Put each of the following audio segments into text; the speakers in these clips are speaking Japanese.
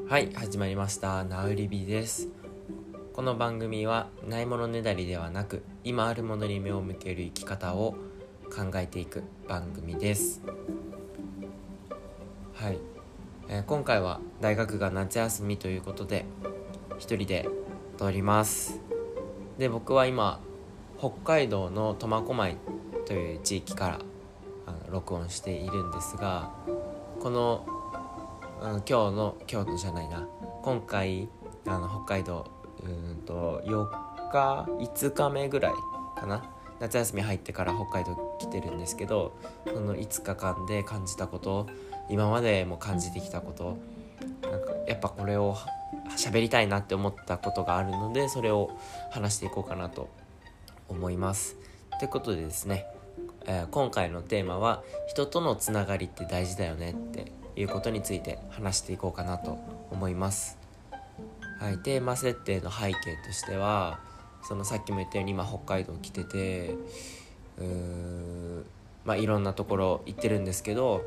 はい、始まりました。ナウリビです。この番組はないものねだりではなく、今あるものに目を向ける生き方を考えていく番組です。はい、今回は大学が夏休みということで一人で撮ります。で、僕は今北海道の苫小牧という地域から録音しているんですが、この今回北海道4日5日目ぐらいかな、夏休み入ってから北海道来てるんですけど、その5日間で感じたこと、今までも感じてきたこと、やっぱこれを喋りたいなって思ったことがあるので、それを話していこうかなと思います。ということでですね、今回のテーマは人とのつながりって大事だよねっていうことについて話していこうかなと思います。はい、テーマ設定の背景としては、さっきも言ったように今北海道来てて、いろんなところ行ってるんですけど、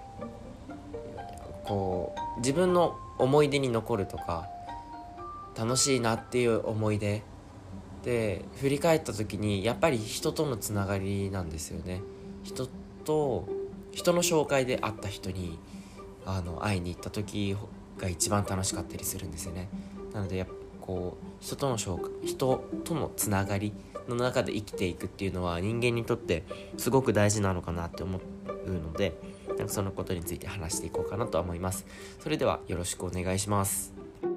自分の思い出に残るとか楽しいなっていう思い出で振り返った時に、やっぱり人とのつながりなんですよね。人の紹介で会った人に会いに行った時が一番楽しかったりするんですよね。なので人とのつながりの中で生きていくっていうのは人間にとってすごく大事なのかなって思うので、そのことについて話していこうかなと思います。それではよろしくお願いします。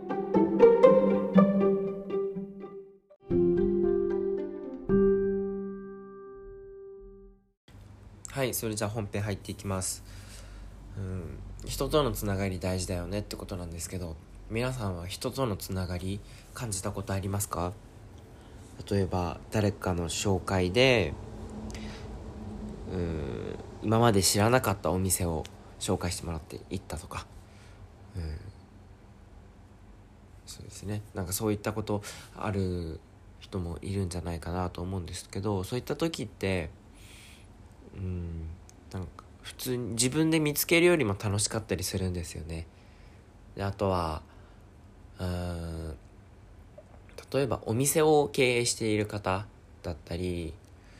はい、それじゃあ本編入っていきます。人とのつながり大事だよねってことなんですけど、皆さんは人とのつながり感じたことありますか？例えば誰かの紹介で今まで知らなかったお店を紹介してもらって行ったとか、そうですね、そういったことある人もいるんじゃないかなと思うんですけど、そういった時って普通に自分で見つけるよりも楽しかったりするんですよね。で、あとは例えばお店を経営している方だったり、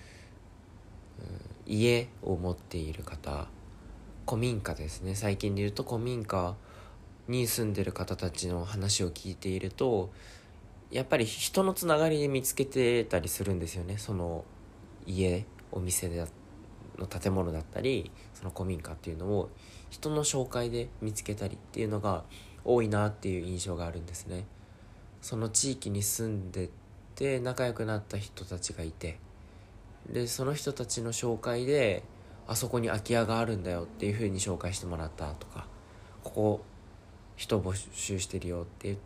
家を持っている方、古民家ですね、最近で言うと古民家に住んでる方たちの話を聞いていると、やっぱり人のつながりで見つけてたりするんですよね。そのお店の建物だったり、その古民家っていうのを人の紹介で見つけたりっていうのが多いなっていう印象があるんですね。その地域に住んでて仲良くなった人たちがいて、でその人たちの紹介であそこに空き家があるんだよっていう風に紹介してもらったとか、ここ人募集してるよって言って、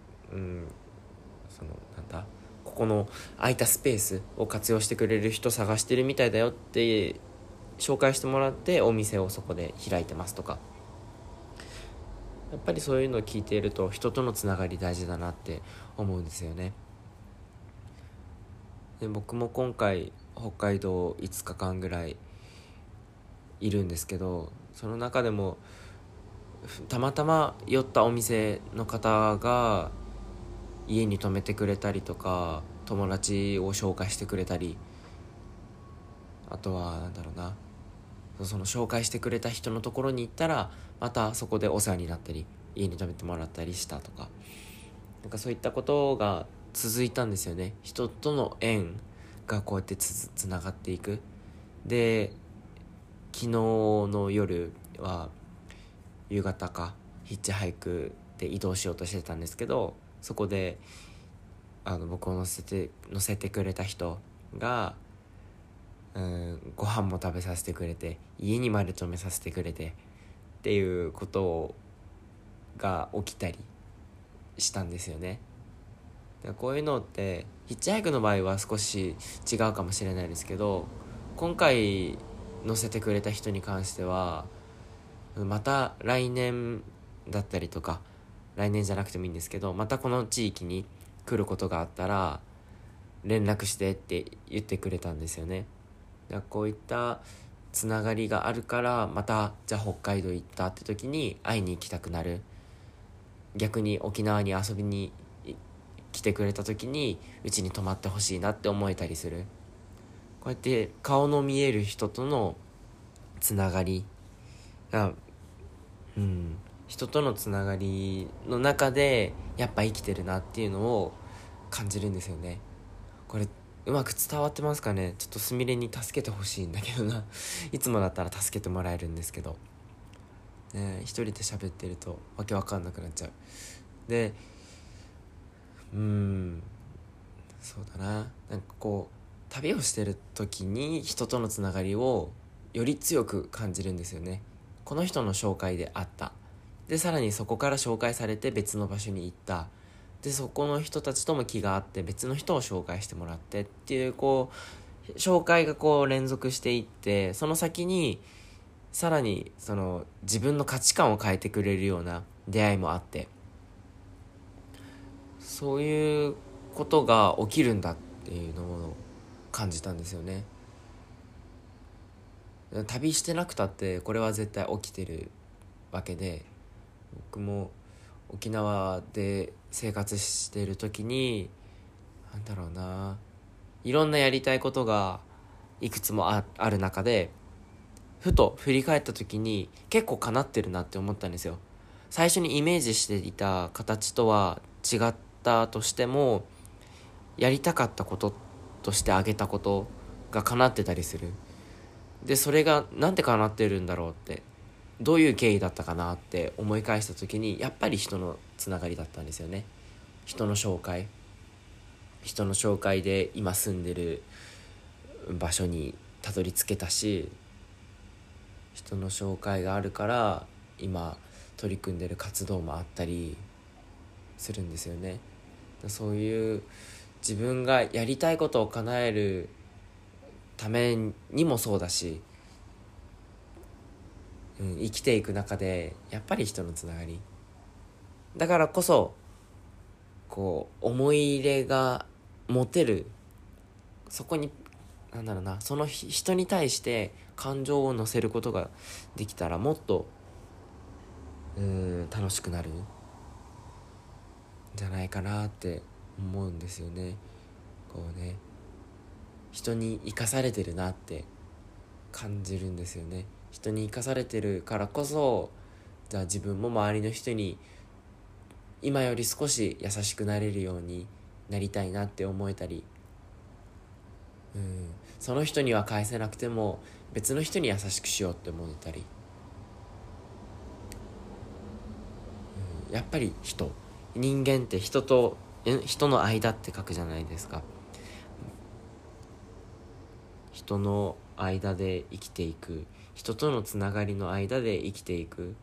ここの空いたスペースを活用してくれる人探してるみたいだよって紹介してもらってお店をそこで開いてますとか、やっぱりそういうのを聞いていると人とのつながり大事だなって思うんですよね。で、僕も今回北海道5日間ぐらいいるんですけど、その中でもたまたま寄ったお店の方が家に泊めてくれたりとか、友達を紹介してくれたり、あとはその紹介してくれた人のところに行ったらまたそこでお世話になったり、家に泊めてもらったりしたとか、そういったことが続いたんですよね。人との縁がこうやってつながっていく。で、昨日の夜は夕方かヒッチハイクで移動しようとしてたんですけど、そこで僕を乗せてくれた人がご飯も食べさせてくれて、家にまで泊めさせてくれてっていうことが起きたりしたんですよね。こういうのってヒッチハイクの場合は少し違うかもしれないですけど、今回乗せてくれた人に関してはまた来年だったりとか、来年じゃなくてもいいんですけど、またこの地域に来ることがあったら連絡してって言ってくれたんですよね。だからこういったつながりがあるから、またじゃあ北海道行ったって時に会いに行きたくなる。 逆に沖縄に遊びに来てくれた時にうちに泊まってほしいなって思えたりする。こうやって顔の見える人とのつながりが、人とのつながりの中でやっぱ生きてるなっていうのを感じるんですよね。これうまく伝わってますかね。ちょっとすみれに助けてほしいんだけどないつもだったら助けてもらえるんですけどね、一人で喋ってるとわけわかんなくなっちゃう。でそうだな、なんかこう旅をしてる時に人とのつながりをより強く感じるんですよね。この人の紹介であった、でさらにそこから紹介されて別の場所に行った、でそこの人たちとも気があって別の人を紹介してもらってっていう、こう紹介がこう連続していって、その先にさらにその自分の価値観を変えてくれるような出会いもあって、そういうことが起きるんだっていうのを感じたんですよね。旅してなくたってこれは絶対起きてるわけで、僕も沖縄で生活してる時になんだろうな、いろんなやりたいことがいくつもある中で、ふと振り返った時に結構叶ってるなって思ったんですよ。最初にイメージしていた形とは違ったとしても、やりたかったこととしてあげたことが叶ってたりする。でそれがなんで叶ってるんだろうって、どういう経緯だったかなって思い返した時に、やっぱり人のつながりだったんですよね。人の紹介で今住んでる場所にたどり着けたし、人の紹介があるから今取り組んでる活動もあったりするんですよね。そういう自分がやりたいことを叶えるためにもそうだし、生きていく中でやっぱり人のつながりだからこそ、こう思い入れが持てる、そこになんだろうな、その人に対して感情を乗せることができたらもっと楽しくなるんじゃないかなって思うんですよね。こうね、人に生かされてるなって感じるんですよね。人に生かされてるからこそ、じゃあ自分も周りの人に今より少し優しくなれるようになりたいなって思えたり、その人には返せなくても別の人に優しくしようって思えたり、やっぱり人間って人の間って書くじゃないですか。人の間で生きていく、人とのつながりの間で生きていく。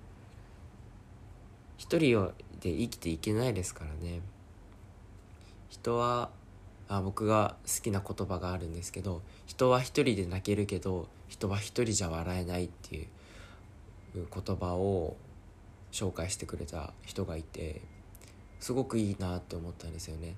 一人で生きていけないですからね。僕が好きな言葉があるんですけど、人は一人で泣けるけど人は一人じゃ笑えないっていう言葉を紹介してくれた人がいて、すごくいいなって思ったんですよね。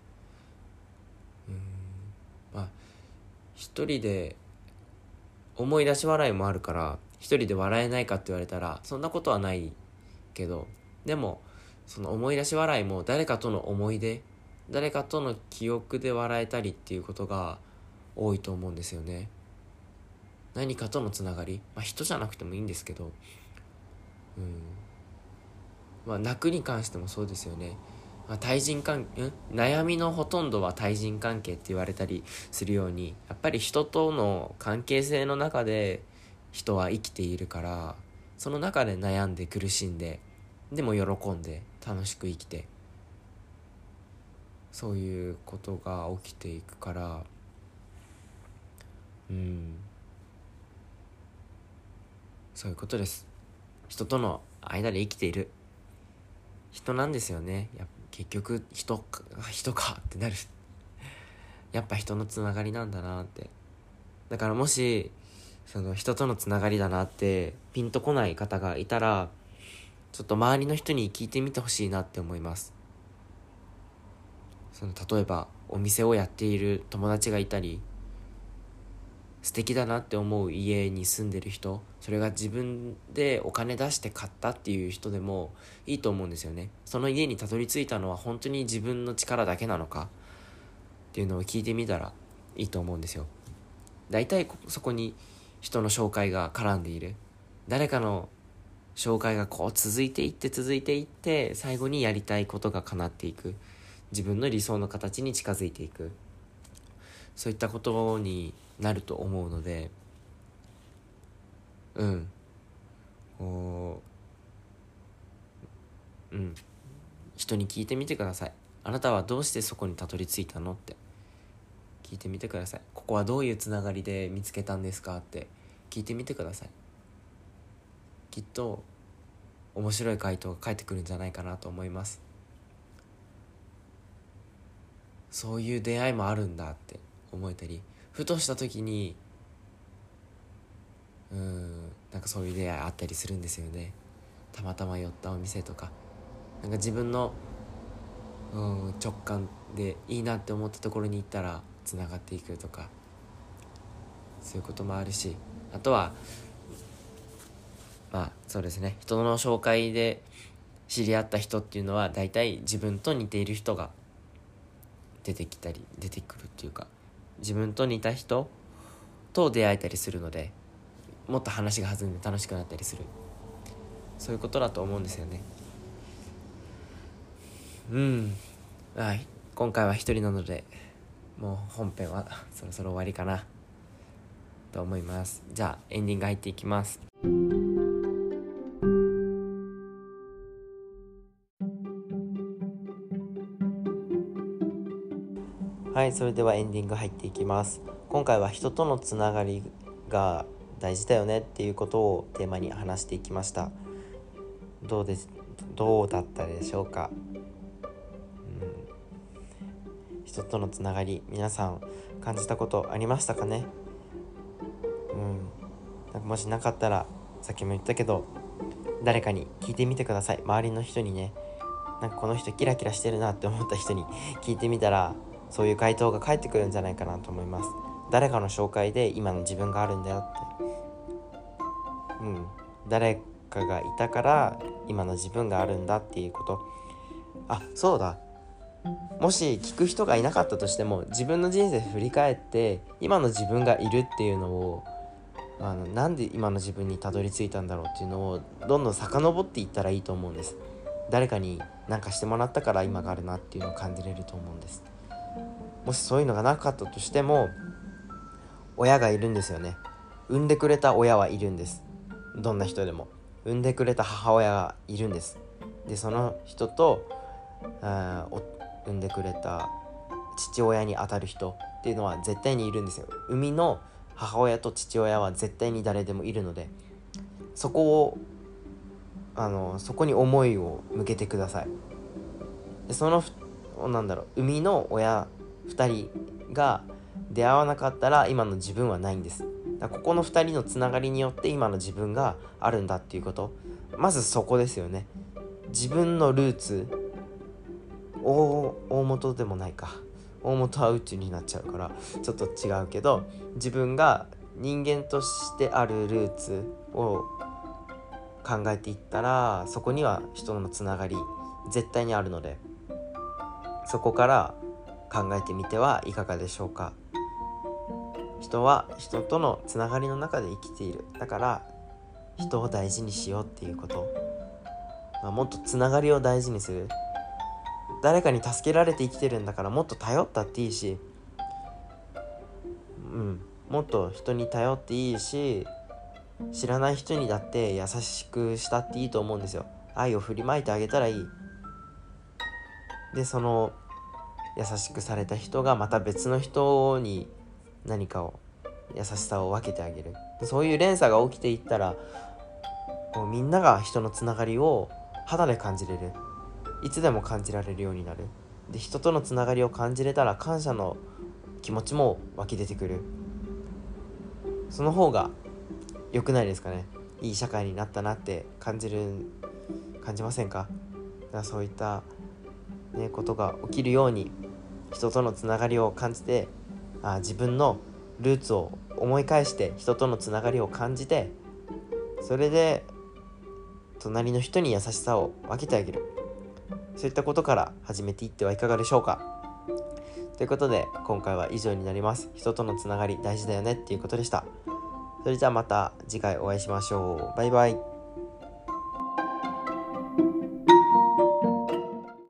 一人で思い出し笑いもあるから一人で笑えないかって言われたらそんなことはないけど、でもその思い出し笑いも誰かとの思い出、誰かとの記憶で笑えたりっていうことが多いと思うんですよね。何かとのつながり、人じゃなくてもいいんですけど、泣くに関してもそうですよね。悩みのほとんどは対人関係って言われたりするように、やっぱり人との関係性の中で人は生きているから、その中で悩んで苦しんで、でも喜んで楽しく生きて、そういうことが起きていくから、そういうことです。人との間で生きている人なんですよね。結局人かってなるやっぱ人のつながりなんだなって。だからもしその人とのつながりだなってピンとこない方がいたら、ちょっと周りの人に聞いてみてほしいなって思います。例えばお店をやっている友達がいたり、 素敵だなって思う家に住んでる人、それが自分でお金出して買ったっていう人でもいいと思うんですよね。その家にたどり着いたのは本当に自分の力だけなのかっていうのを聞いてみたらいいと思うんですよ。大体そこに人の紹介が絡んでいる。誰かの紹介がこう続いていって最後にやりたいことが叶っていく、自分の理想の形に近づいていく、そういったことになると思うので、こう人に聞いてみてください。あなたはどうしてそこにたどり着いたのって聞いてみてください。ここはどういうつながりで見つけたんですかって聞いてみてください。きっと面白い回答が返ってくるんじゃないかなと思います。そういう出会いもあるんだって思えたり、ふとした時になんかそういう出会いあったりするんですよね。たまたま寄ったお店とか、なんか自分の直感でいいなって思ったところに行ったらつながっていくとか、そういうこともあるし、あとはそうですね、人の紹介で知り合った人っていうのは大体自分と似ている人が出てくるっていうか、自分と似た人と出会えたりするので、もっと話が弾んで楽しくなったりする、そういうことだと思うんですよね。今回は一人なのでもう本編はそろそろ終わりかなと思います。じゃあエンディング入っていきます。はい、それではエンディング入っていきます。今回は人とのつながりが大事だよねっていうことをテーマに話していきました。どうだったでしょうか。人とのつながり、皆さん感じたことありましたかね。なんかもしなかったら、さっきも言ったけど誰かに聞いてみてください。周りの人にね、なんかこの人キラキラしてるなって思った人に聞いてみたら、そういう回答が返ってくるんじゃないかなと思います。誰かの紹介で今の自分があるんだよって、誰かがいたから今の自分があるんだっていうこと。そうだ、もし聞く人がいなかったとしても、自分の人生振り返って今の自分がいるっていうのを、なんで今の自分にたどり着いたんだろうっていうのをどんどん遡っていったらいいと思うんです。誰かに何かしてもらったから今があるなっていうのを感じれると思うんです。もしそういうのがなかったとしても、親がいるんですよね。産んでくれた親はいるんです。どんな人でも産んでくれた母親がいるんです。でその人と産んでくれた父親にあたる人っていうのは絶対にいるんですよ。生みの母親と父親は絶対に誰でもいるので、そこに思いを向けてください。でその生みの親2人が出会わなかったら今の自分はないんです。ここの2人のつながりによって今の自分があるんだっていうこと、まずそこですよね。自分のルーツ、大元でもないか、大元は宇宙になっちゃうからちょっと違うけど、自分が人間としてあるルーツを考えていったら、そこには人のつながり絶対にあるので、そこから考えてみてはいかがでしょうか。人は人とのつながりの中で生きている。だから人を大事にしようっていうこと、もっとつながりを大事にする。誰かに助けられて生きてるんだから、もっと頼ったっていいし、もっと人に頼っていいし、知らない人にだって優しくしたっていいと思うんですよ。愛を振りまいてあげたらいい。でその優しくされた人がまた別の人に何かを優しさを分けてあげる。そういう連鎖が起きていったら、もうみんなが人のつながりを肌で感じれる、いつでも感じられるようになる。で人とのつながりを感じれたら感謝の気持ちも湧き出てくる。その方が良くないですかね。いい社会になったなって感じませんか。だからそういった、ことが起きるように、人とのつながりを感じて、自分のルーツを思い返して人とのつながりを感じて、それで隣の人に優しさを分けてあげる、そういったことから始めていってはいかがでしょうか。ということで今回は以上になります。人とのつながり大事だよねっていうことでした。それじゃあまた次回お会いしましょう。バイバイ。